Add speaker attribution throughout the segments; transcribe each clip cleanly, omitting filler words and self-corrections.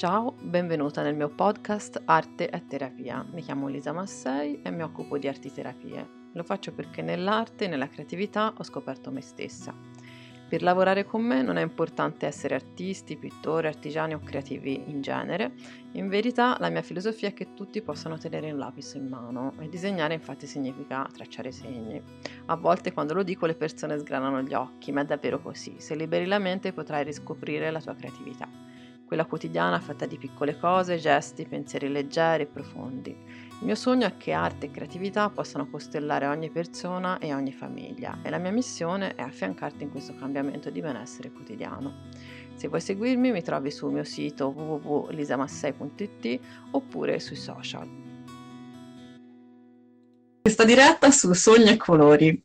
Speaker 1: Ciao, benvenuta nel mio podcast Arte e Terapia. Mi chiamo Lisa Massei e mi occupo di arti terapie. Lo faccio perché nell'arte e nella creatività ho scoperto me stessa. Per lavorare con me non è importante essere artisti, pittori, artigiani o creativi in genere. In verità la mia filosofia è che tutti possano tenere un lapis in mano e disegnare infatti significa tracciare segni. A volte quando lo dico le persone sgranano gli occhi, ma è davvero così. Se liberi la mente potrai riscoprire la tua creatività. Quella quotidiana fatta di piccole cose, gesti, pensieri leggeri e profondi. Il mio sogno è che arte e creatività possano costellare ogni persona e ogni famiglia e la mia missione è affiancarti in questo cambiamento di benessere quotidiano. Se vuoi seguirmi mi trovi sul mio sito www.lisamassei.it oppure sui social.
Speaker 2: Questa diretta su sogni e colori.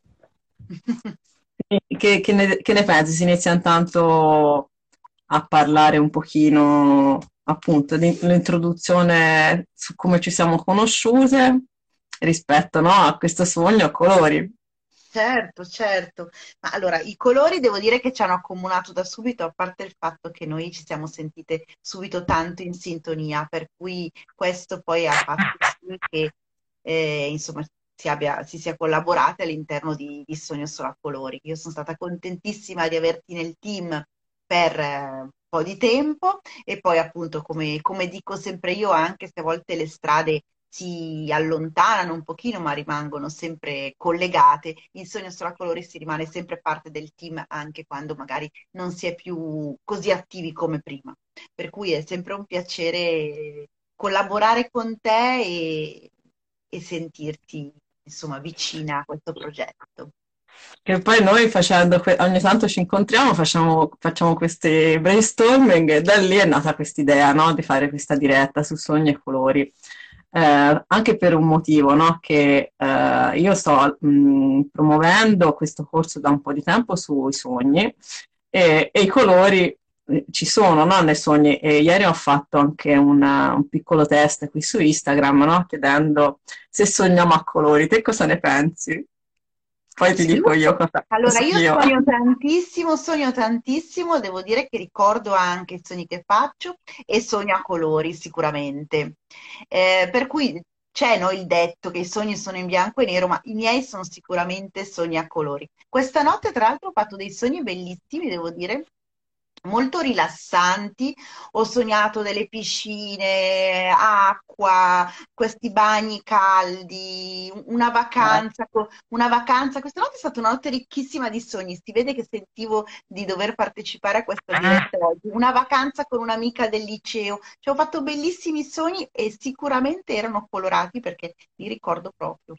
Speaker 2: Che ne pensi? Si inizia intanto a parlare un pochino appunto dell'introduzione su come ci siamo conosciute rispetto, no, a questo sogno a colori.
Speaker 3: Certo, certo. Ma allora, i colori devo dire che ci hanno accomunato da subito, a parte il fatto che noi ci siamo sentite subito tanto in sintonia, per cui questo poi ha fatto sì che insomma si sia collaborati all'interno di Sogno Solo a Colori. Io sono stata contentissima di averti nel team per un po' di tempo e poi appunto, come dico sempre io, anche se a volte le strade si allontanano un pochino, ma rimangono sempre collegate. In Sogno Solo a Colori si rimane sempre parte del team, anche quando magari non si è più così attivi come prima. Per cui è sempre un piacere collaborare con te e sentirti, insomma, vicina a questo progetto.
Speaker 2: Che poi noi ogni tanto ci incontriamo, facciamo queste brainstorming e da lì è nata questa idea, no, di fare questa diretta su sogni e colori. Anche per un motivo, no, che io sto promuovendo questo corso da un po' di tempo sui sogni e i colori ci sono, no, nei sogni. E ieri ho fatto anche un piccolo test qui su Instagram, no, chiedendo se sogniamo a colori. Te cosa ne pensi? Poi ti dico io cosa
Speaker 3: Allora,
Speaker 2: penso
Speaker 3: io
Speaker 2: io.
Speaker 3: sogno tantissimo, devo dire che ricordo anche i sogni che faccio e sogno a colori sicuramente. Per cui c'è, no, il detto che i sogni sono in bianco e nero, ma i miei sono sicuramente sogni a colori. Questa notte, tra l'altro, ho fatto dei sogni bellissimi, devo dire, molto rilassanti. Ho sognato delle piscine, acqua, questi bagni caldi, una vacanza. Questa notte è stata una notte ricchissima di sogni. Si vede che sentivo di dover partecipare a questa diretta oggi. Una vacanza con un'amica del liceo. Cioè, ho fatto bellissimi sogni e sicuramente erano colorati perché li ricordo proprio.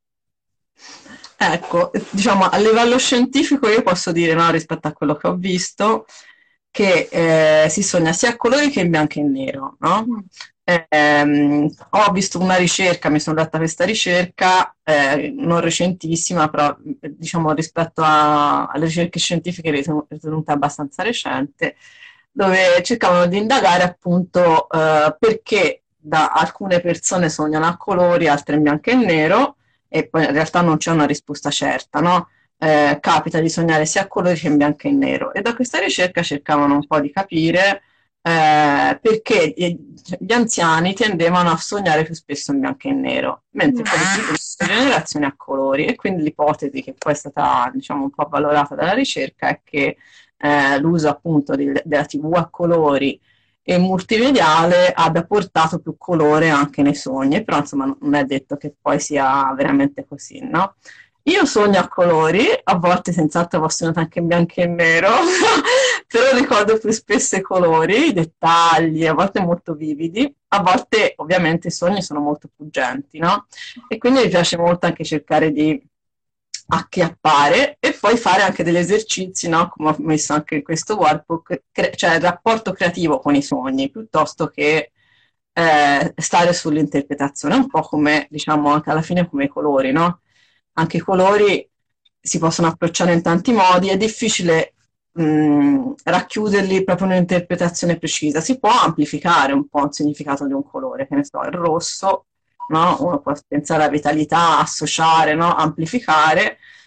Speaker 2: Ecco, diciamo a livello scientifico io posso dire, no, rispetto a quello che ho visto, che si sogna sia a colori che in bianco e nero, no?
Speaker 3: Mm.
Speaker 2: Ho visto una ricerca, mi sono letta questa ricerca, non recentissima, però diciamo rispetto alle ricerche scientifiche ritenute abbastanza recente, dove cercavano di indagare appunto perché da alcune persone sognano a colori, altre in bianco e nero, e poi in realtà non c'è una risposta certa, no? Capita di sognare sia a colori che in bianco e nero. E da questa ricerca cercavano un po' di capire perché gli anziani tendevano a sognare più spesso in bianco e nero, mentre
Speaker 3: Mm.
Speaker 2: poi le nuove generazioni a colori. E quindi l'ipotesi che poi è stata, diciamo, un po' valorata dalla ricerca è che l'uso appunto della TV a colori e multimediale abbia portato più colore anche nei sogni, però insomma non è detto che poi sia veramente così, no? Io sogno a colori, a volte senz'altro ho sognato anche in bianco e nero, però ricordo più spesso i colori, i dettagli, a volte molto vividi, a volte ovviamente i sogni sono molto fuggenti, no? E quindi mi piace molto anche cercare di acchiappare e poi fare anche degli esercizi, no? Come ho messo anche in questo workbook, cioè il rapporto creativo con i sogni, piuttosto che stare sull'interpretazione, un po' come, diciamo, anche alla fine come i colori, no? Anche i colori si possono approcciare in tanti modi, è difficile racchiuderli proprio in un'interpretazione precisa, si può amplificare un po' il significato di un colore, che ne so, il rosso, no? Uno può pensare alla vitalità, associare, no? Amplificare,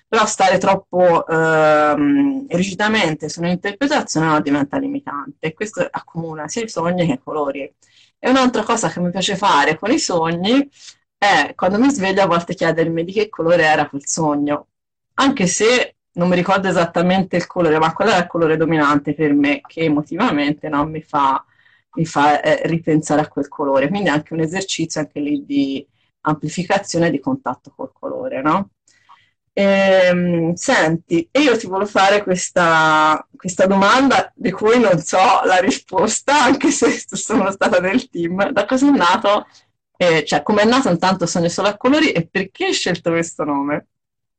Speaker 2: però stare troppo rigidamente su un'interpretazione no, diventa limitante, e questo accomuna sia i sogni che i colori. E un'altra cosa che mi piace fare con i sogni è, quando mi sveglio, a volte chiedermi di che colore era quel sogno, anche se non mi ricordo esattamente il colore, ma qual era il colore dominante per me, che emotivamente no, mi fa ripensare a quel colore. Quindi è anche un esercizio anche lì di amplificazione e di contatto col colore, no? Senti, e io ti volevo fare questa domanda di cui non so la risposta, anche se sono stata del team. Da cosa è nato, cioè come è nato intanto Sogno Solo a Colori e perché hai scelto questo nome?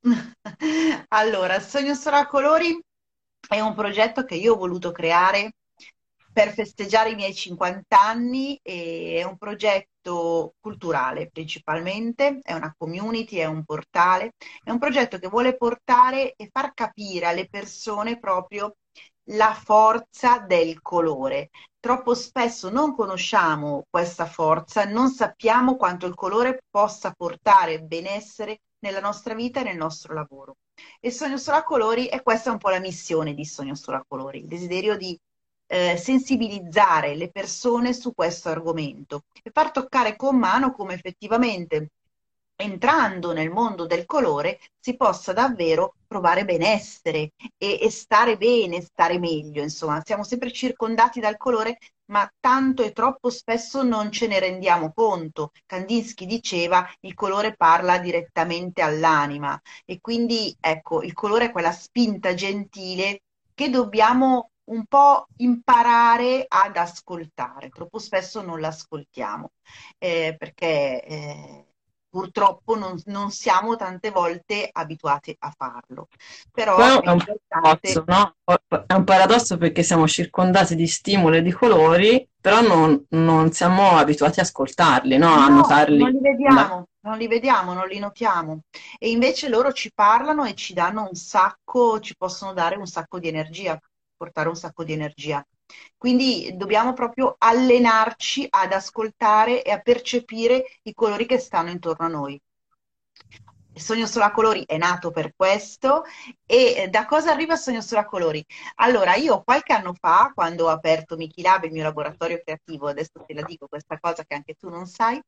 Speaker 3: Allora, Sogno solo a colori è un progetto che io ho voluto creare per festeggiare i miei 50 anni e è un progetto culturale principalmente, è una community, è un portale, è un progetto che vuole portare e far capire alle persone proprio la forza del colore. Troppo spesso non conosciamo questa forza, non sappiamo quanto il colore possa portare benessere nella nostra vita e nel nostro lavoro. E Sogno Solo a Colori, e questa è un po' la missione di Sogno Solo a Colori, il desiderio di sensibilizzare le persone su questo argomento e far toccare con mano come effettivamente entrando nel mondo del colore si possa davvero provare benessere e stare bene, stare meglio. Insomma, siamo sempre circondati dal colore, ma tanto e troppo spesso non ce ne rendiamo conto. Kandinsky diceva il colore parla direttamente all'anima e quindi ecco, il colore è quella spinta gentile che dobbiamo un po' imparare ad ascoltare. Troppo spesso non l'ascoltiamo perché purtroppo non siamo tante volte abituati a farlo.
Speaker 2: Poi
Speaker 3: Però è
Speaker 2: è un
Speaker 3: importante.
Speaker 2: paradosso, no? È un paradosso perché siamo circondati di stimoli e di colori, però non siamo abituati a ascoltarli, no? A
Speaker 3: No, non
Speaker 2: notarli.
Speaker 3: li vediamo, non li vediamo, non li notiamo. E invece loro ci parlano e ci danno un sacco, ci possono dare un sacco di energia, portare un sacco di energia. Quindi dobbiamo proprio allenarci ad ascoltare e a percepire i colori che stanno intorno a noi. Il Sogno Solo a Colori è nato per questo e da cosa arriva il Sogno Solo a Colori? Allora, io qualche anno fa, quando ho aperto Miki Lab, il mio laboratorio creativo, adesso te la dico questa cosa che anche tu non sai,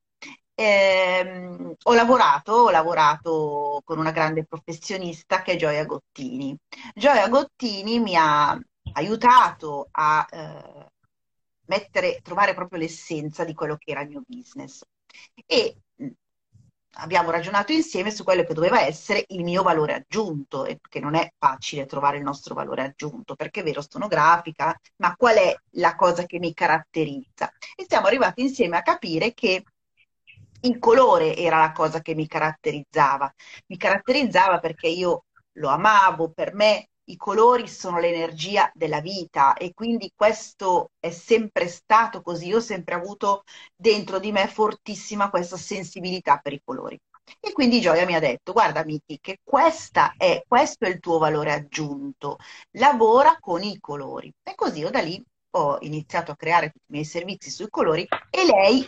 Speaker 3: ho lavorato con una grande professionista che è Gioia Gottini. Gioia Gottini mi ha aiutato a trovare proprio l'essenza di quello che era il mio business. E abbiamo ragionato insieme su quello che doveva essere il mio valore aggiunto, e che non è facile trovare il nostro valore aggiunto, perché è vero, sono grafica, ma qual è la cosa che mi caratterizza? E siamo arrivati insieme a capire che il colore era la cosa che mi caratterizzava. Mi caratterizzava perché io lo amavo, per me i colori sono l'energia della vita e quindi questo è sempre stato così. Io ho sempre avuto dentro di me fortissima questa sensibilità per i colori. E quindi Gioia mi ha detto, guarda Miki, che questo è il tuo valore aggiunto, lavora con i colori. E così io da lì ho iniziato a creare tutti i miei servizi sui colori e lei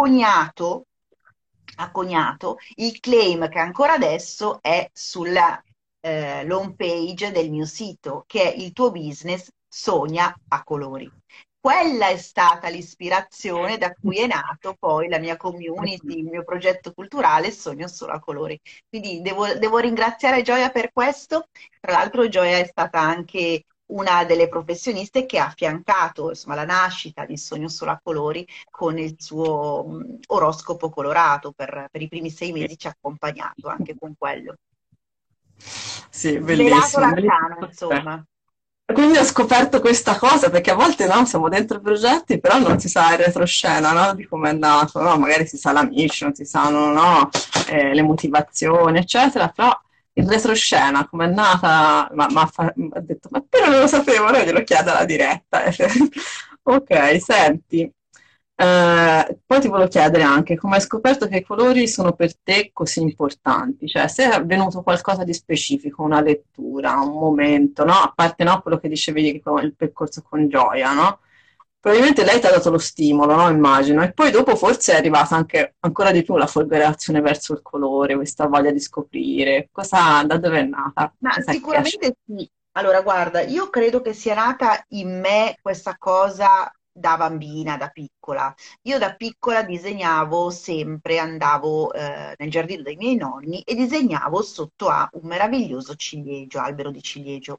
Speaker 3: ha coniato il claim che ancora adesso è sulla l'home page del mio sito, che è il tuo business sogna a colori. Quella è stata l'ispirazione da cui è nato poi la mia community, il mio progetto culturale Sogno Solo a Colori. Quindi devo ringraziare Gioia per questo. Tra l'altro Gioia è stata anche una delle professioniste che ha affiancato insomma, la nascita di Sogno Solo a Colori con il suo oroscopo colorato per i primi 6 mesi ci ha accompagnato anche con quello.
Speaker 2: Sì,
Speaker 3: Svelato
Speaker 2: bellissimo,
Speaker 3: l'arcano,
Speaker 2: bellissimo.
Speaker 3: insomma.
Speaker 2: Quindi ho scoperto questa cosa, perché a volte no, siamo dentro i progetti, però non si sa il retroscena, no, di come è nato, no? Magari si sa la mission, si sanno, no, le motivazioni, eccetera, però il retroscena, come è nata, mi ha detto, ma però non lo sapevo, io glielo chiedo alla diretta. Ok, senti, poi ti volevo chiedere anche come hai scoperto che i colori sono per te così importanti, cioè se è avvenuto qualcosa di specifico, una lettura, un momento, no? A parte no, quello che dicevi con il percorso con Gioia, no? probabilmente lei ti ha dato lo stimolo, no? Immagino, e poi dopo forse è arrivata anche ancora di più la folgorazione verso il colore, questa voglia di scoprire. Da dove è nata?
Speaker 3: Ma
Speaker 2: Cos'è che esce?
Speaker 3: sicuramente sì. Allora, guarda, io credo che sia nata in me questa cosa da bambina, da piccola. Io da piccola disegnavo sempre, andavo nel giardino dei miei nonni e disegnavo sotto a un meraviglioso ciliegio, albero di ciliegio.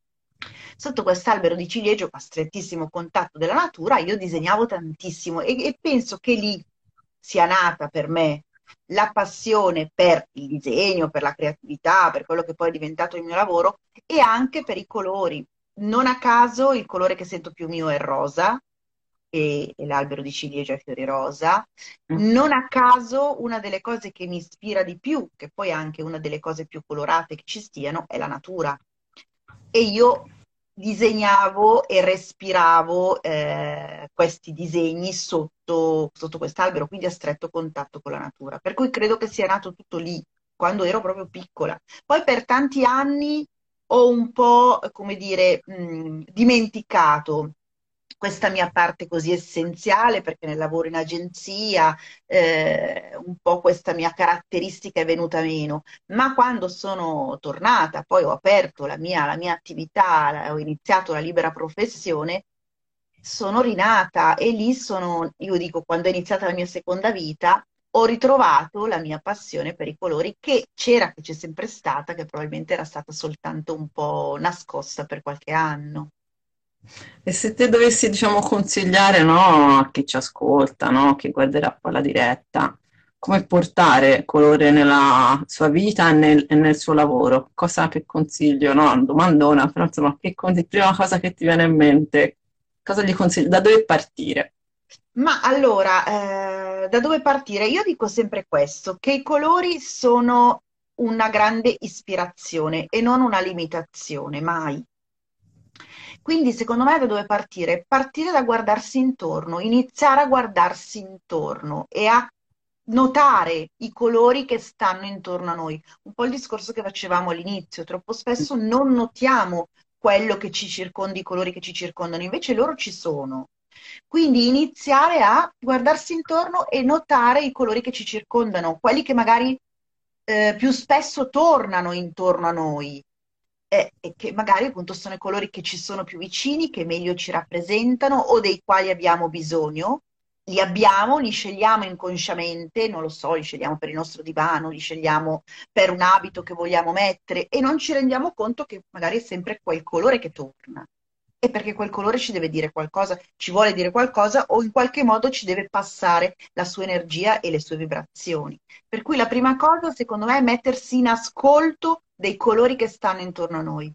Speaker 3: Sotto quest'albero di ciliegio, a strettissimo contatto della natura, io disegnavo tantissimo e penso che lì sia nata per me la passione per il disegno, per la creatività, per quello che poi è diventato il mio lavoro e anche per i colori. Non a caso il colore che sento più mio è il rosa e l'albero di ciliegio è fiori rosa. Non a caso una delle cose che mi ispira di più, che poi è anche una delle cose più colorate che ci stiano, è la natura. E io disegnavo e respiravo questi disegni sotto quest'albero, quindi a stretto contatto con la natura. Per cui credo che sia nato tutto lì, quando ero proprio piccola. Poi per tanti anni ho un po', come dire, dimenticato questa mia parte così essenziale, perché nel lavoro in agenzia un po' questa mia caratteristica è venuta meno, ma quando sono tornata, poi ho aperto la mia attività, ho iniziato la libera professione, sono rinata e lì sono, io dico, quando è iniziata la mia seconda vita, ho ritrovato la mia passione per i colori che c'era, che c'è sempre stata, che probabilmente era stata soltanto un po' nascosta per qualche anno.
Speaker 2: E se te dovessi, diciamo, consigliare, no, a chi ci ascolta, no, chi guarderà poi la diretta, come portare colore nella sua vita e nel suo lavoro, cosa che consiglio, no, domandona, però insomma, prima cosa che ti viene in mente, cosa gli consigli, da dove partire?
Speaker 3: Ma allora, da dove partire? Io dico sempre questo, che i colori sono una grande ispirazione e non una limitazione, mai. Quindi secondo me da dove partire? Partire da guardarsi intorno, iniziare a guardarsi intorno e a notare i colori che stanno intorno a noi. Un po' il discorso che facevamo all'inizio, troppo spesso non notiamo quello che ci circonda, i colori che ci circondano, invece loro ci sono. Quindi iniziare a guardarsi intorno e notare i colori che ci circondano, quelli che magari più spesso tornano intorno a noi e che magari appunto sono i colori che ci sono più vicini, che meglio ci rappresentano o dei quali abbiamo bisogno. Li abbiamo, li scegliamo inconsciamente, non lo so, li scegliamo per il nostro divano, li scegliamo per un abito che vogliamo mettere e non ci rendiamo conto che magari è sempre quel colore che torna. E perché quel colore ci deve dire qualcosa, ci vuole dire qualcosa o in qualche modo ci deve passare la sua energia e le sue vibrazioni. Per cui la prima cosa, secondo me, è mettersi in ascolto dei colori che stanno intorno a noi.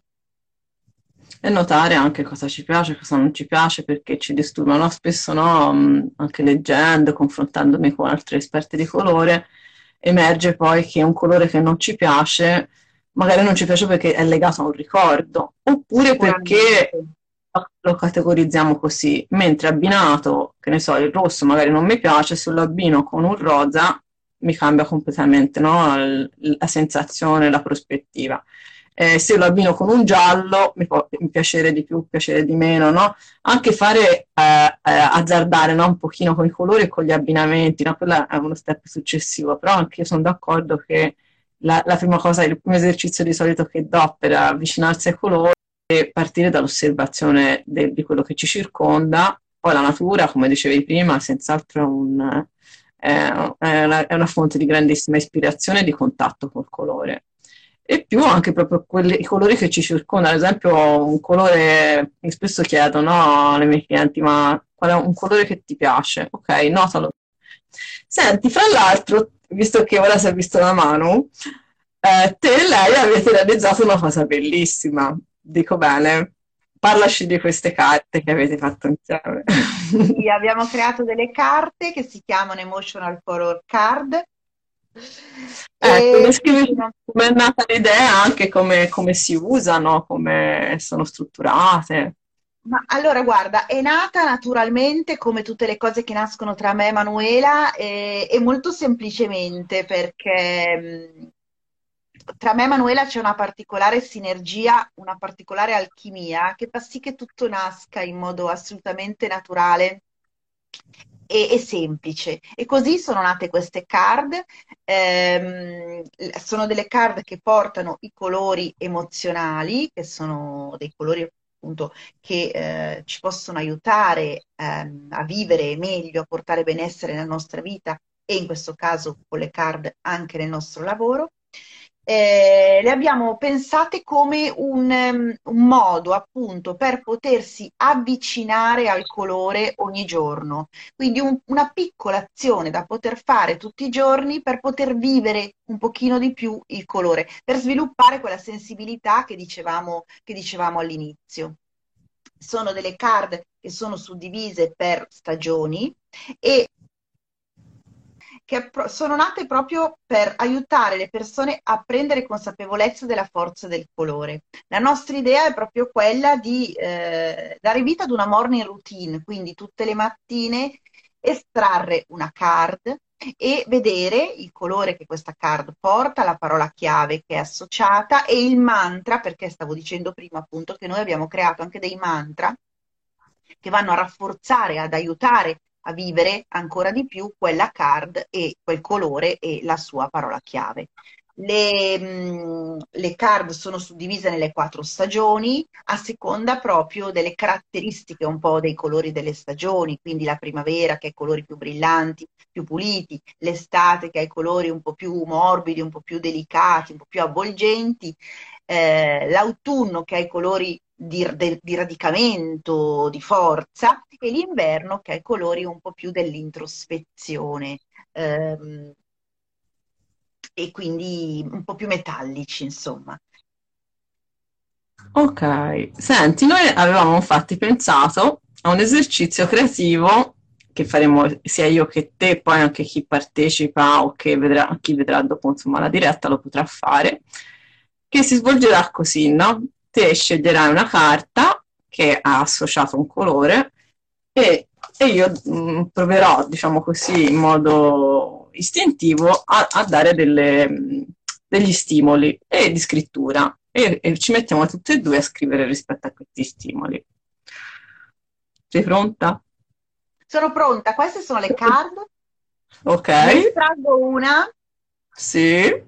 Speaker 2: E notare anche cosa ci piace, cosa non ci piace, perché ci disturbano spesso, no? Anche leggendo, confrontandomi con altri esperti di colore, emerge poi che un colore che non ci piace, magari non ci piace perché è legato a un ricordo, oppure perché
Speaker 3: Sicuramente.
Speaker 2: lo categorizziamo così, mentre abbinato, che ne so, il rosso magari non mi piace, se lo abbino con un rosa mi cambia completamente, no? La sensazione, la prospettiva. Se lo abbino con un giallo mi può piacere di più, piacere di meno, no? Anche fare azzardare, no? Un pochino con i colori e con gli abbinamenti, no? Quello è uno step successivo, però anche io sono d'accordo che la prima cosa, il primo esercizio di solito che do per avvicinarsi ai colori è partire dall'osservazione di quello che ci circonda, poi la natura, come dicevi prima, senz'altro è una fonte di grandissima ispirazione e di contatto col colore e più anche proprio i colori che ci circondano. Ad esempio, un colore, che spesso chiedo, no, alle mie clienti, ma qual è un colore che ti piace? Ok, notalo. Senti, fra l'altro, visto che ora si è visto la mano, te e lei avete realizzato una cosa bellissima. Dico bene, parlaci di queste carte che avete fatto insieme.
Speaker 3: Sì, abbiamo creato delle carte che si chiamano Emotional Color Card.
Speaker 2: Ecco,
Speaker 3: E sì,
Speaker 2: descrivi come è nata l'idea, anche come si usano, come sono strutturate.
Speaker 3: ma allora guarda, è nata naturalmente come tutte le cose che nascono tra me e Manuela e molto semplicemente perché tra me e Manuela c'è una particolare sinergia, una particolare alchimia che fa sì che tutto nasca in modo assolutamente naturale e semplice. E così sono nate queste card. Sono delle card che portano i colori emozionali, che sono dei colori appunto che ci possono aiutare a vivere meglio, a portare benessere nella nostra vita e in questo caso con le card anche nel nostro lavoro. Le abbiamo pensate come un modo appunto per potersi avvicinare al colore ogni giorno, quindi una piccola azione da poter fare tutti i giorni per poter vivere un pochino di più il colore, per sviluppare quella sensibilità che dicevamo all'inizio. Sono delle card che sono suddivise per stagioni e che sono nate proprio per aiutare le persone a prendere consapevolezza della forza del colore. La nostra idea è proprio quella di dare vita ad una morning routine, quindi tutte le mattine estrarre una card e vedere il colore che questa card porta, la parola chiave che è associata e il mantra, perché stavo dicendo prima appunto che noi abbiamo creato anche dei mantra che vanno a rafforzare, ad aiutare a vivere ancora di più quella card e quel colore e la sua parola chiave. Le card sono suddivise nelle 4 stagioni a seconda proprio delle caratteristiche un po' dei colori delle stagioni, quindi la primavera che ha i colori più brillanti, più puliti, l'estate che ha i colori un po' più morbidi, un po' più delicati, un po' più avvolgenti, l'autunno che ha i colori di radicamento, di forza, e l'inverno che ha i colori un po' più dell'introspezione e quindi un po' più metallici, insomma.
Speaker 2: Ok, senti, noi avevamo infatti pensato a un esercizio creativo che faremo sia io che te, poi anche chi partecipa o chi vedrà dopo insomma la diretta lo potrà fare, che si svolgerà così, no? Te sceglierai una carta che ha associato un colore e io proverò, diciamo così, in modo istintivo a dare degli stimoli e di scrittura e ci mettiamo tutte e due a scrivere rispetto a questi stimoli. Sei pronta?
Speaker 3: Sono pronta, queste sono le card.
Speaker 2: Ok.
Speaker 3: Ne estraggo una.
Speaker 2: Sì.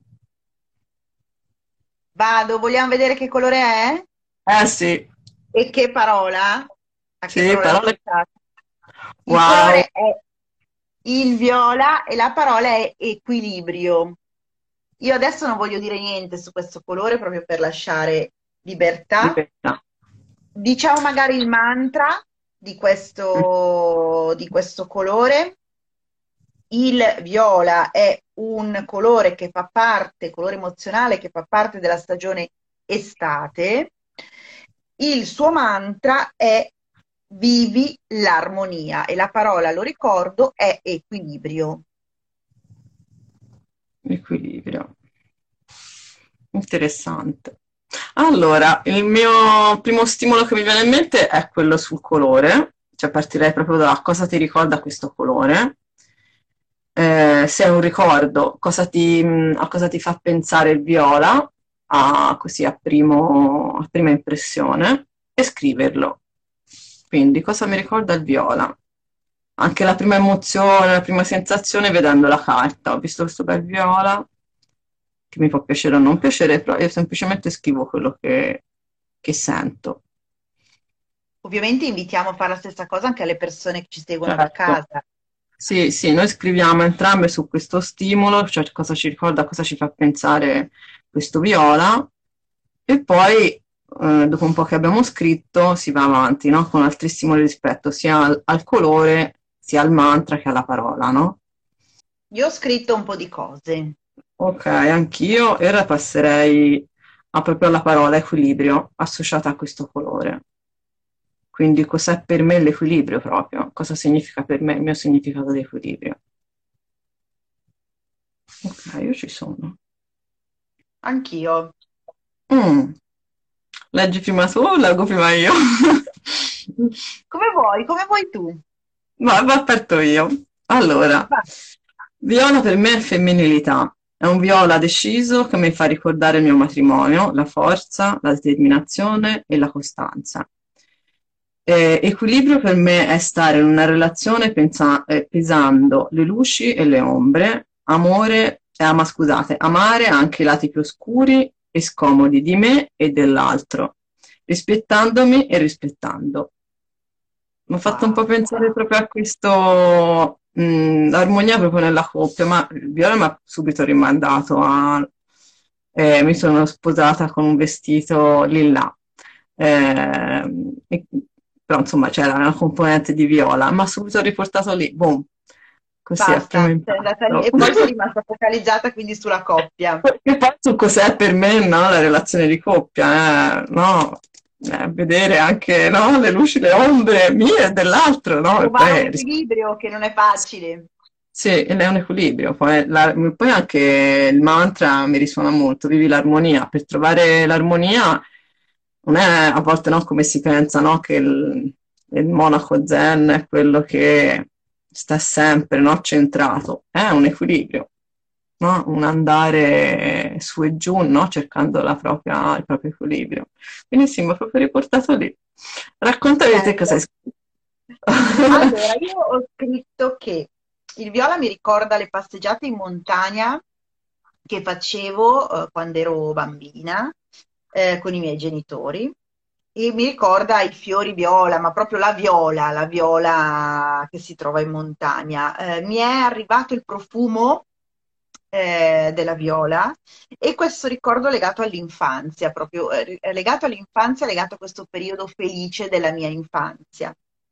Speaker 3: Vado, vogliamo vedere che colore è?
Speaker 2: Sì.
Speaker 3: E che parola? A che
Speaker 2: Sì,
Speaker 3: parola è
Speaker 2: parole.
Speaker 3: associata? Il
Speaker 2: Wow.
Speaker 3: colore è il viola e la parola è equilibrio. Io adesso non voglio dire niente su questo colore proprio per lasciare libertà.
Speaker 2: Libertà.
Speaker 3: Diciamo magari il mantra di questo colore. Il viola è un colore che fa parte, colore emozionale che fa parte della stagione estate. Il suo mantra è vivi l'armonia e la parola, lo ricordo, è equilibrio.
Speaker 2: Equilibrio. Interessante. Allora, il mio primo stimolo che mi viene in mente è quello sul colore, cioè partirei proprio da cosa ti ricorda questo colore. Se è un ricordo, a cosa ti fa pensare il viola, così a prima impressione, e scriverlo. Quindi, cosa mi ricorda il viola? Anche la prima emozione, la prima sensazione vedendo la carta. Ho visto questo bel viola, che mi può piacere o non piacere, però io semplicemente scrivo quello che sento.
Speaker 3: Ovviamente invitiamo a fare la stessa cosa anche alle persone che ci seguono da
Speaker 2: Certo.
Speaker 3: casa.
Speaker 2: Sì, sì, noi scriviamo entrambe su questo stimolo, cioè cosa ci ricorda, cosa ci fa pensare questo viola, e poi dopo un po' che abbiamo scritto si va avanti, no? Con altri stimoli rispetto sia al colore, sia al mantra che alla parola, no?
Speaker 3: Io ho scritto un po' di cose.
Speaker 2: Ok, anch'io, e ora passerei proprio alla parola equilibrio associata a questo colore. Quindi cos'è per me l'equilibrio proprio? Cosa significa per me il mio significato di equilibrio? Ok, io ci sono.
Speaker 3: Anch'io.
Speaker 2: Mm. Leggi prima tu o leggo prima io?
Speaker 3: Come vuoi tu?
Speaker 2: Ma parto io. Allora,
Speaker 3: Va.
Speaker 2: viola per me è femminilità, È un viola deciso che mi fa ricordare il mio matrimonio, la forza, la determinazione e la costanza. Equilibrio per me è stare in una relazione pesando le luci e le ombre, scusate, amare anche i lati più oscuri e scomodi di me e dell'altro, rispettandomi e rispettando. Mi ha fatto un po'
Speaker 3: Wow.
Speaker 2: pensare proprio a questo, l'armonia proprio nella coppia, ma il viola mi ha subito rimandato a... mi sono sposata con un vestito lilla. Eh, e- Però insomma c'era una componente di viola, ma subito riportato lì, boom, così a primo
Speaker 3: Basta, sei andata lì
Speaker 2: impatto.
Speaker 3: e poi sei rimasta focalizzata quindi sulla coppia.
Speaker 2: E poi su cos'è per me, no, la relazione di coppia, no? Vedere anche, no, le luci, le ombre mie e dell'altro, no? E
Speaker 3: Trovare un
Speaker 2: poi
Speaker 3: equilibrio che non è facile.
Speaker 2: sì, ed è un equilibrio. Poi anche il mantra mi risuona molto, vivi l'armonia. Per trovare l'armonia non è a volte no, come si pensa, no, che il monaco zen è quello che sta sempre no, centrato. È un equilibrio, no? Un andare su e giù, no? Cercando il proprio equilibrio. Quindi sì, mi ha proprio riportato lì. Raccontami te cosa hai
Speaker 3: Bello.
Speaker 2: scritto.
Speaker 3: Allora, io ho scritto che il viola mi ricorda le passeggiate in montagna che facevo quando ero bambina con i miei genitori e mi ricorda i fiori viola, ma proprio la viola che si trova in montagna. Mi è arrivato il profumo della viola e questo ricordo legato all'infanzia, proprio legato all'infanzia, legato a questo periodo felice della mia infanzia.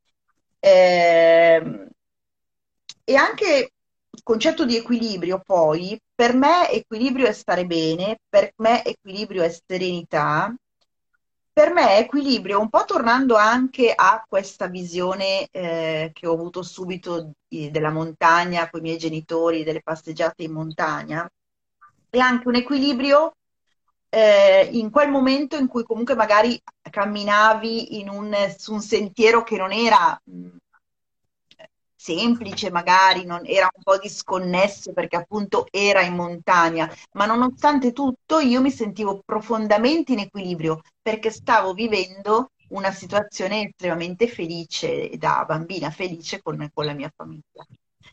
Speaker 3: Ehm, e anche il concetto di equilibrio, poi, per me equilibrio è stare bene, per me equilibrio è serenità, per me equilibrio, un po' tornando anche a questa visione che ho avuto subito della montagna con i miei genitori, delle passeggiate in montagna, è anche un equilibrio in quel momento in cui comunque magari camminavi su un sentiero che non era semplice, magari era un po' disconnesso perché appunto era in montagna, ma nonostante tutto io mi sentivo profondamente in equilibrio perché stavo vivendo una situazione estremamente felice da bambina felice con la mia famiglia.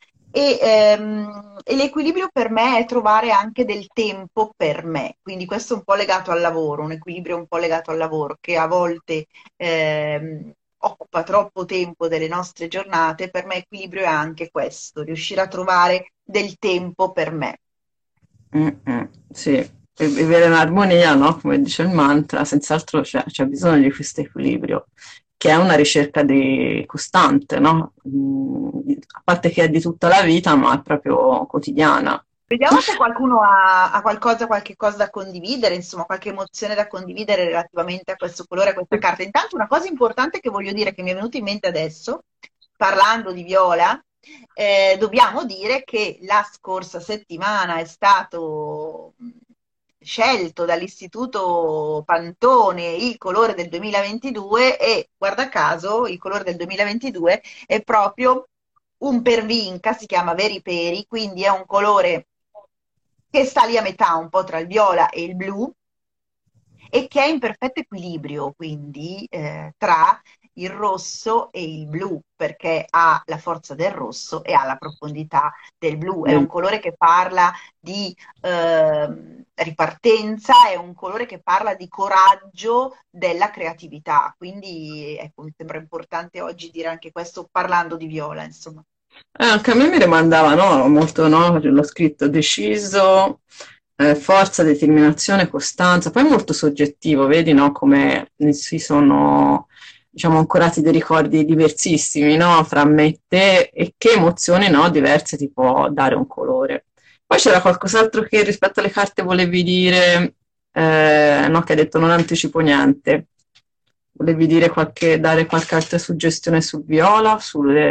Speaker 3: E l'equilibrio per me è trovare anche del tempo per me, quindi questo è un po' legato al lavoro, un equilibrio un po' legato al lavoro che a volte occupa troppo tempo delle nostre giornate, per me equilibrio è anche questo, riuscire a trovare del tempo per me.
Speaker 2: Sì, e vivere in armonia, no? Come dice il mantra, senz'altro c'è bisogno di questo equilibrio, che è una ricerca costante, no? A parte che è di tutta la vita, ma è proprio quotidiana.
Speaker 3: Vediamo se qualcuno ha qualcosa, qualche cosa da condividere, insomma, qualche emozione da condividere relativamente a questo colore, a questa carta. Intanto una cosa importante che voglio dire, che mi è venuta in mente adesso, parlando di viola, dobbiamo dire che la scorsa settimana è stato scelto dall'Istituto Pantone il colore del 2022 e, guarda caso, il colore del 2022 è proprio un pervinca, si chiama Veri Peri, quindi è un colore che sta lì a metà un po' tra il viola e il blu e che è in perfetto equilibrio, quindi tra il rosso e il blu, perché ha la forza del rosso e ha la profondità del blu. È un colore che parla di ripartenza, è un colore che parla di coraggio della creatività. Quindi ecco, mi sembra importante oggi dire anche questo parlando di viola, insomma.
Speaker 2: Anche a me mi rimandava, no? Molto, no? L'ho scritto deciso, forza, determinazione, costanza, poi è molto soggettivo, vedi, no? Come si sono, diciamo, ancorati dei ricordi diversissimi, no? Fra me e te, e che emozioni, no? Diverse ti può dare un colore. Poi c'era qualcos'altro che rispetto alle carte volevi dire, no? Che hai detto non anticipo niente. Volevi dire dare qualche altra suggestione sul viola,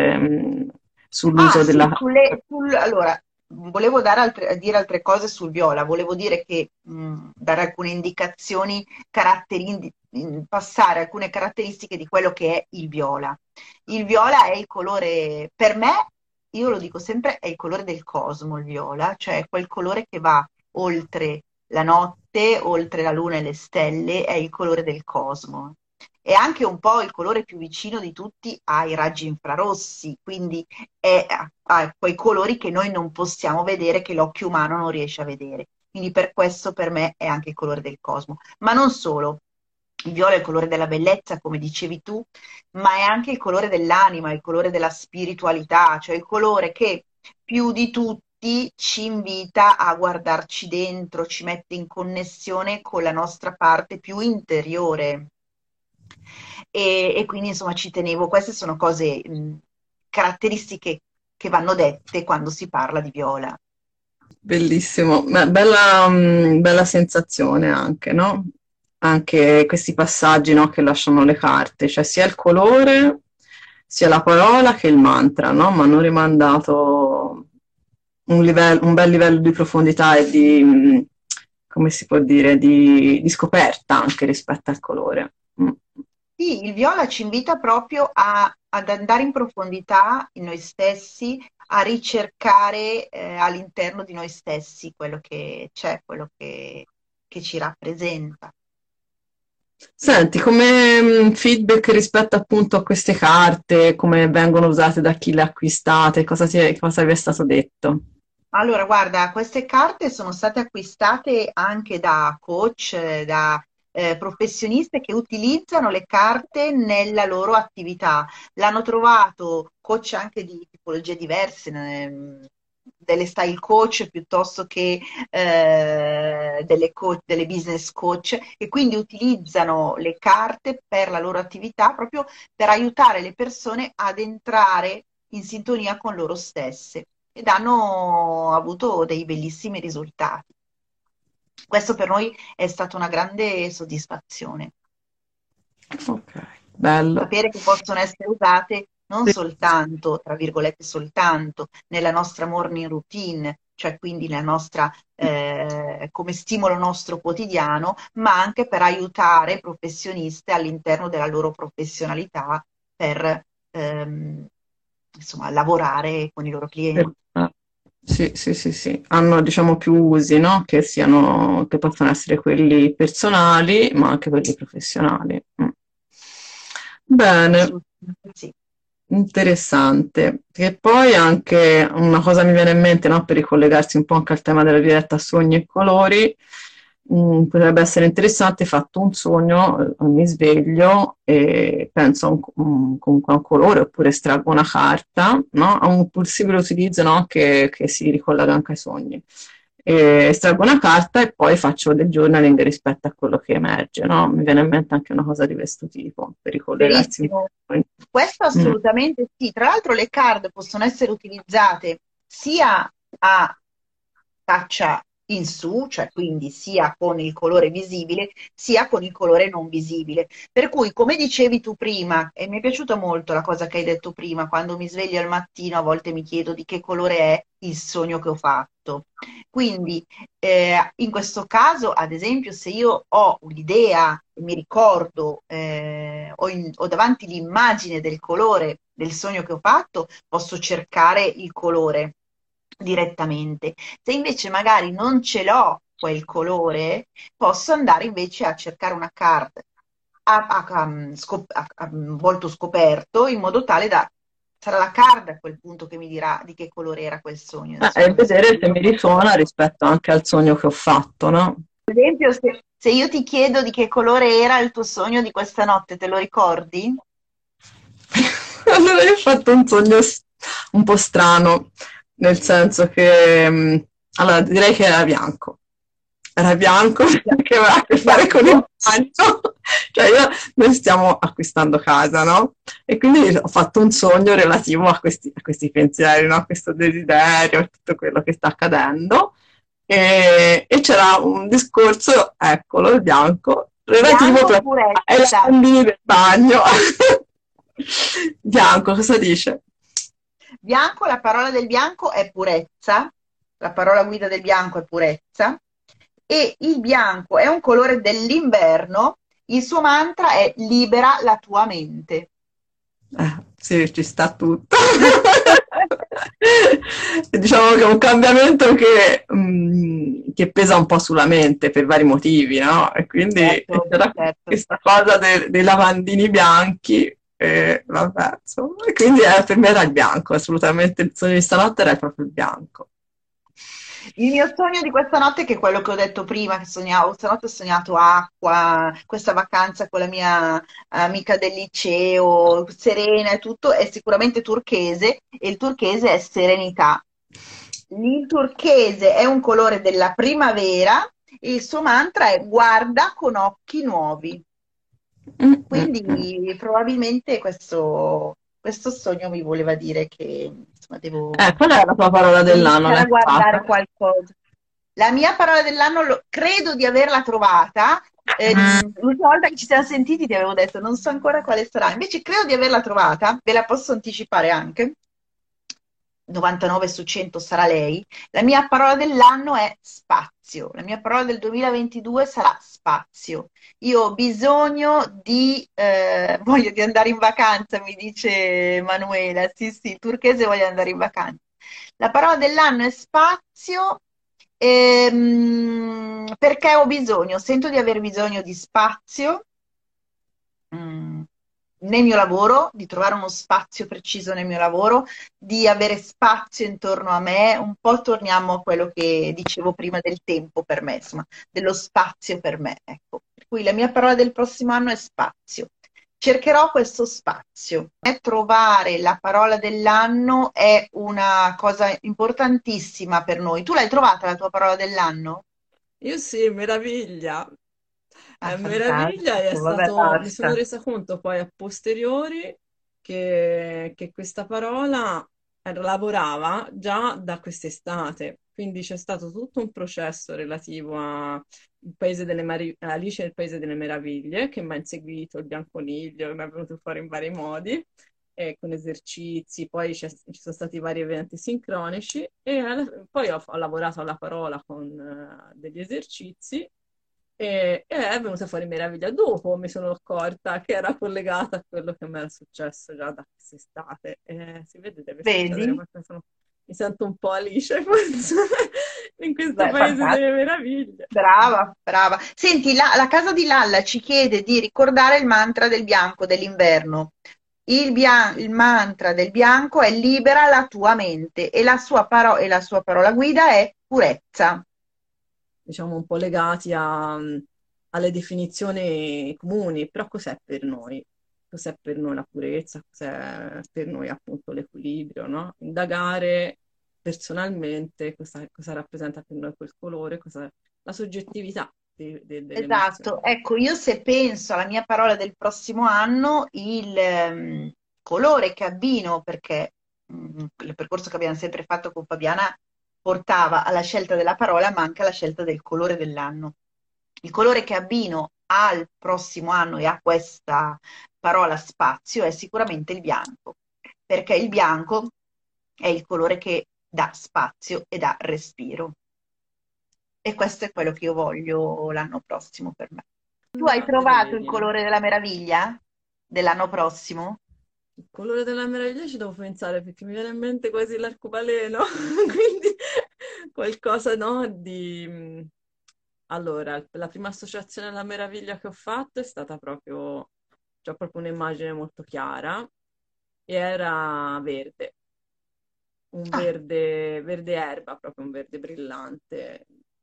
Speaker 3: Ah
Speaker 2: sull'uso
Speaker 3: sì,
Speaker 2: della...
Speaker 3: allora, volevo dire altre cose sul viola, volevo dire che dare alcune indicazioni, passare alcune caratteristiche di quello che è il viola. Il viola è il colore, per me, io lo dico sempre, è il colore del cosmo, il viola, cioè quel colore che va oltre la notte, oltre la luna e le stelle, è il colore del cosmo. È anche un po' il colore più vicino di tutti ai raggi infrarossi, quindi è a quei colori che noi non possiamo vedere, che l'occhio umano non riesce a vedere. Quindi per questo per me è anche il colore del cosmo. Ma non solo, il viola è il colore della bellezza, come dicevi tu, ma è anche il colore dell'anima, il colore della spiritualità, cioè il colore che più di tutti ci invita a guardarci dentro, ci mette in connessione con la nostra parte più interiore. E quindi insomma ci tenevo, queste sono cose, caratteristiche che vanno dette quando si parla di viola.
Speaker 2: Bellissimo, ma bella sensazione anche, no? Anche questi passaggi, no, che lasciano le carte, cioè sia il colore, sia la parola che il mantra, no? Ma hanno rimandato un bel livello di profondità e come si può dire, di scoperta anche rispetto al colore.
Speaker 3: Sì, il viola ci invita proprio ad andare in profondità in noi stessi, a ricercare all'interno di noi stessi quello che c'è, quello che ci rappresenta.
Speaker 2: Senti, come feedback rispetto appunto a queste carte, come vengono usate da chi le ha acquistate, cosa vi è stato detto?
Speaker 3: Allora, guarda, queste carte sono state acquistate anche da coach, da professioniste che utilizzano le carte nella loro attività. L'hanno trovato coach anche di tipologie diverse, delle style coach piuttosto che delle business coach, e quindi utilizzano le carte per la loro attività proprio per aiutare le persone ad entrare in sintonia con loro stesse ed hanno avuto dei bellissimi risultati. Questo per noi è stata una grande soddisfazione.
Speaker 2: Ok, bello.
Speaker 3: Sapere che possono essere usate non
Speaker 2: Sì.
Speaker 3: soltanto, tra virgolette, soltanto nella nostra morning routine, cioè quindi nella nostra, come stimolo nostro quotidiano, ma anche per aiutare professioniste all'interno della loro professionalità per insomma, lavorare con i loro clienti.
Speaker 2: Sì, sì, sì, sì. Hanno diciamo più usi, no? Che possono essere quelli personali, ma anche quelli professionali. Bene.
Speaker 3: Assolutamente sì.
Speaker 2: Interessante, che poi anche una cosa mi viene in mente, no, per ricollegarsi un po' anche al tema della diretta sogni e colori, potrebbe essere interessante, fatto un sogno, mi sveglio e penso comunque a un colore oppure estraggo una carta, no? A un possibile utilizzo, no, che si ricollega anche ai sogni. Estraggo una carta e poi faccio del journaling rispetto a quello che emerge, no? Mi viene in mente anche una cosa di questo tipo, per ricollegarsi un
Speaker 3: Verissimo.
Speaker 2: po'.
Speaker 3: Questo assolutamente sì. Tra l'altro le card possono essere utilizzate sia a faccia in su, cioè quindi sia con il colore visibile, sia con il colore non visibile. Per cui, come dicevi tu prima, e mi è piaciuta molto la cosa che hai detto prima, quando mi sveglio al mattino a volte mi chiedo di che colore è il sogno che ho fatto. Quindi, in questo caso, ad esempio, se io ho un'idea, mi ricordo, ho davanti l'immagine del colore del sogno che ho fatto, posso cercare il colore direttamente. Se invece magari non ce l'ho quel colore, posso andare invece a cercare una carta a volto scoperto in modo tale da sarà la carta a quel punto che mi dirà di che colore era quel sogno,
Speaker 2: E
Speaker 3: insomma, visto che
Speaker 2: vedere se mi risuona rispetto anche al sogno che ho fatto, no?
Speaker 3: ad esempio se io ti chiedo di che colore era il tuo sogno di questa notte, te lo ricordi?
Speaker 2: Allora io ho fatto un sogno un po' strano, nel senso che, allora direi che era bianco. Era bianco perché aveva a che fare con il bagno. Cioè noi stiamo acquistando casa, no? E quindi ho fatto un sogno relativo a questi pensieri, no? A questo desiderio, a tutto quello che sta accadendo. E c'era un discorso, eccolo, il bianco, relativo
Speaker 3: Bianco
Speaker 2: proprio ai
Speaker 3: purezza.
Speaker 2: lavandini del bagno. Bianco, cosa dice?
Speaker 3: Bianco, la parola del bianco è purezza, la parola guida del bianco è purezza, e il bianco è un colore dell'inverno, il suo mantra è libera la tua mente.
Speaker 2: Sì, ci sta tutto. Diciamo che è un cambiamento che pesa un po' sulla mente per vari motivi, no? E quindi
Speaker 3: Certo,
Speaker 2: c'era
Speaker 3: certo.
Speaker 2: questa cosa dei lavandini bianchi, e vabbè, insomma, e quindi per me era il bianco, assolutamente il sogno di stanotte era proprio il bianco.
Speaker 3: Il mio sogno di questa notte, che è quello che ho detto prima, che sognavo, stanotte ho sognato acqua, questa vacanza con la mia amica del liceo, serena e tutto, è sicuramente turchese e il turchese è serenità. Il turchese è un colore della primavera e il suo mantra è guarda con occhi nuovi.
Speaker 2: Mm, mm, mm.
Speaker 3: Quindi probabilmente questo sogno mi voleva dire che insomma, devo
Speaker 2: Qual è la tua parola
Speaker 3: devo
Speaker 2: dell'anno?
Speaker 3: iniziare a
Speaker 2: L'hai
Speaker 3: guardare
Speaker 2: trovata?
Speaker 3: qualcosa. La mia parola dell'anno credo di averla trovata. L'ultima volta che ci siamo sentiti ti avevo detto non so ancora quale sarà, invece credo di averla trovata, ve la posso anticipare anche. 99 su 100 sarà lei. La mia parola dell'anno è spazio. La mia parola del 2022 sarà spazio. Io ho bisogno voglio di andare in vacanza, mi dice Manuela. Sì, sì, turchese voglio andare in vacanza. La parola dell'anno è spazio, perché ho bisogno, sento di aver bisogno di spazio, mm, nel mio lavoro, di trovare uno spazio preciso nel mio lavoro, di avere spazio intorno a me, un po' torniamo a quello che dicevo prima del tempo per me, insomma, dello spazio per me, ecco. Per cui la mia parola del prossimo anno è spazio. Cercherò questo spazio. Trovare la parola dell'anno è una cosa importantissima per noi. Tu l'hai trovata la tua parola dell'anno?
Speaker 1: Io sì, meraviglia.
Speaker 3: Ah,
Speaker 1: È meraviglia e è
Speaker 3: fantastico, vabbè,
Speaker 1: mi sono
Speaker 3: basta.
Speaker 1: resa conto poi a posteriori che questa parola lavorava già da quest'estate, quindi c'è stato tutto un processo relativo a Alice nel Paese delle Meraviglie, che mi ha inseguito il bianconiglio, che mi è venuto fuori in vari modi, con esercizi, poi ci sono stati vari eventi sincronici e poi ho lavorato alla parola con degli esercizi e è venuta fuori meraviglia. Dopo mi sono accorta che era collegata a quello che mi era successo già da quest'estate. Si vede, deve succedere,
Speaker 3: Vedi?
Speaker 1: perché mi sento un po' Alice forse in questo
Speaker 3: Beh,
Speaker 1: paese delle
Speaker 3: fantastico.
Speaker 1: meraviglie.
Speaker 3: Brava, brava. Senti, la casa di Lalla ci chiede di ricordare il mantra del bianco dell'inverno. Il mantra del bianco è libera la tua mente e la sua parola guida è purezza.
Speaker 1: Diciamo un po' legati alle definizioni comuni, però cos'è per noi? Cos'è per noi la purezza? Cos'è per noi appunto l'equilibrio, no? Indagare personalmente cosa rappresenta per noi quel colore, la soggettività delle
Speaker 3: Esatto,
Speaker 1: emozioni.
Speaker 3: ecco, io se penso alla mia parola del prossimo anno, il colore che abbino, perché il percorso che abbiamo sempre fatto con Fabiana portava alla scelta della parola, ma anche alla scelta del colore dell'anno. Il colore che abbino al prossimo anno e a questa parola spazio è sicuramente il bianco, perché il bianco è il colore che dà spazio e dà respiro. E questo è quello che io voglio l'anno prossimo per me. Tu hai
Speaker 1: Ma vedi,
Speaker 3: trovato il
Speaker 1: vedi.
Speaker 3: colore della meraviglia dell'anno prossimo?
Speaker 1: Il colore della meraviglia ci devo pensare perché mi viene in mente quasi l'arcobaleno, quindi qualcosa, no, di... Allora, la prima associazione alla meraviglia che ho fatto è stata proprio, c'ho proprio un'immagine molto chiara e era verde, un
Speaker 3: Ah,
Speaker 1: verde erba, proprio un verde brillante.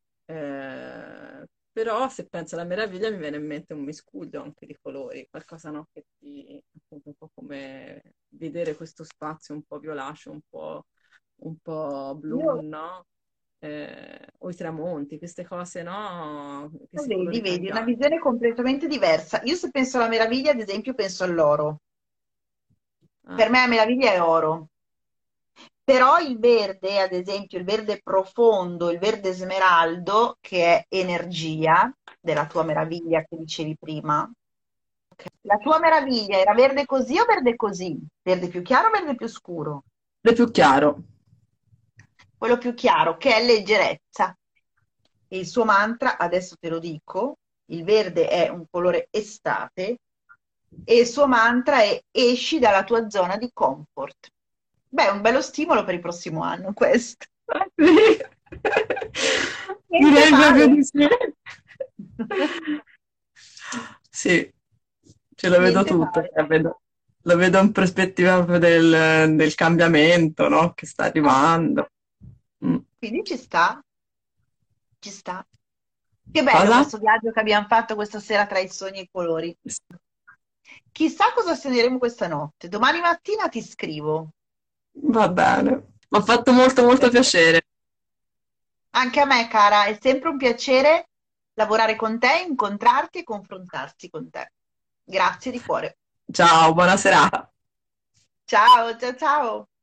Speaker 1: Però se penso alla meraviglia mi viene in mente un miscuglio anche di colori, qualcosa no, che ti, appunto, un po' come vedere questo spazio un po' violaceo, un po'
Speaker 3: io,
Speaker 1: blu, no? O i tramonti, queste cose, no? Questi
Speaker 3: vedi,
Speaker 1: colori
Speaker 3: vedi, una
Speaker 1: cambianti.
Speaker 3: visione completamente diversa. Io se penso alla meraviglia, ad esempio, penso all'oro.
Speaker 1: Ah,
Speaker 3: Per me la meraviglia è oro. Però il verde, ad esempio, il verde profondo, il verde smeraldo, che è energia della tua meraviglia che dicevi prima. La tua meraviglia era verde così o verde così? Verde più chiaro o verde più scuro?
Speaker 2: È più chiaro.
Speaker 3: Quello più chiaro, che è leggerezza. E il suo mantra, adesso te lo dico, il verde è un colore estate e il suo mantra è esci dalla tua zona di comfort. Beh, è un bello stimolo per il prossimo anno questo.
Speaker 2: Sì. Direi proprio
Speaker 3: male.
Speaker 2: di sì. Sì, ce lo vedo
Speaker 3: Niente
Speaker 2: tutto,
Speaker 3: male.
Speaker 2: lo vedo in prospettiva proprio del cambiamento, no? Che sta arrivando. Mm.
Speaker 3: Quindi ci sta, ci sta. Che bello
Speaker 2: Cosa?
Speaker 3: questo viaggio che abbiamo fatto questa sera tra i sogni e i colori. Chissà cosa sogneremo questa notte. Domani mattina ti scrivo.
Speaker 2: Va bene, mi ha fatto molto molto piacere.
Speaker 3: Anche a me, cara, è sempre un piacere lavorare con te, incontrarti e confrontarsi con te. Grazie di cuore.
Speaker 2: Ciao, buona serata.
Speaker 3: Ciao, ciao, ciao.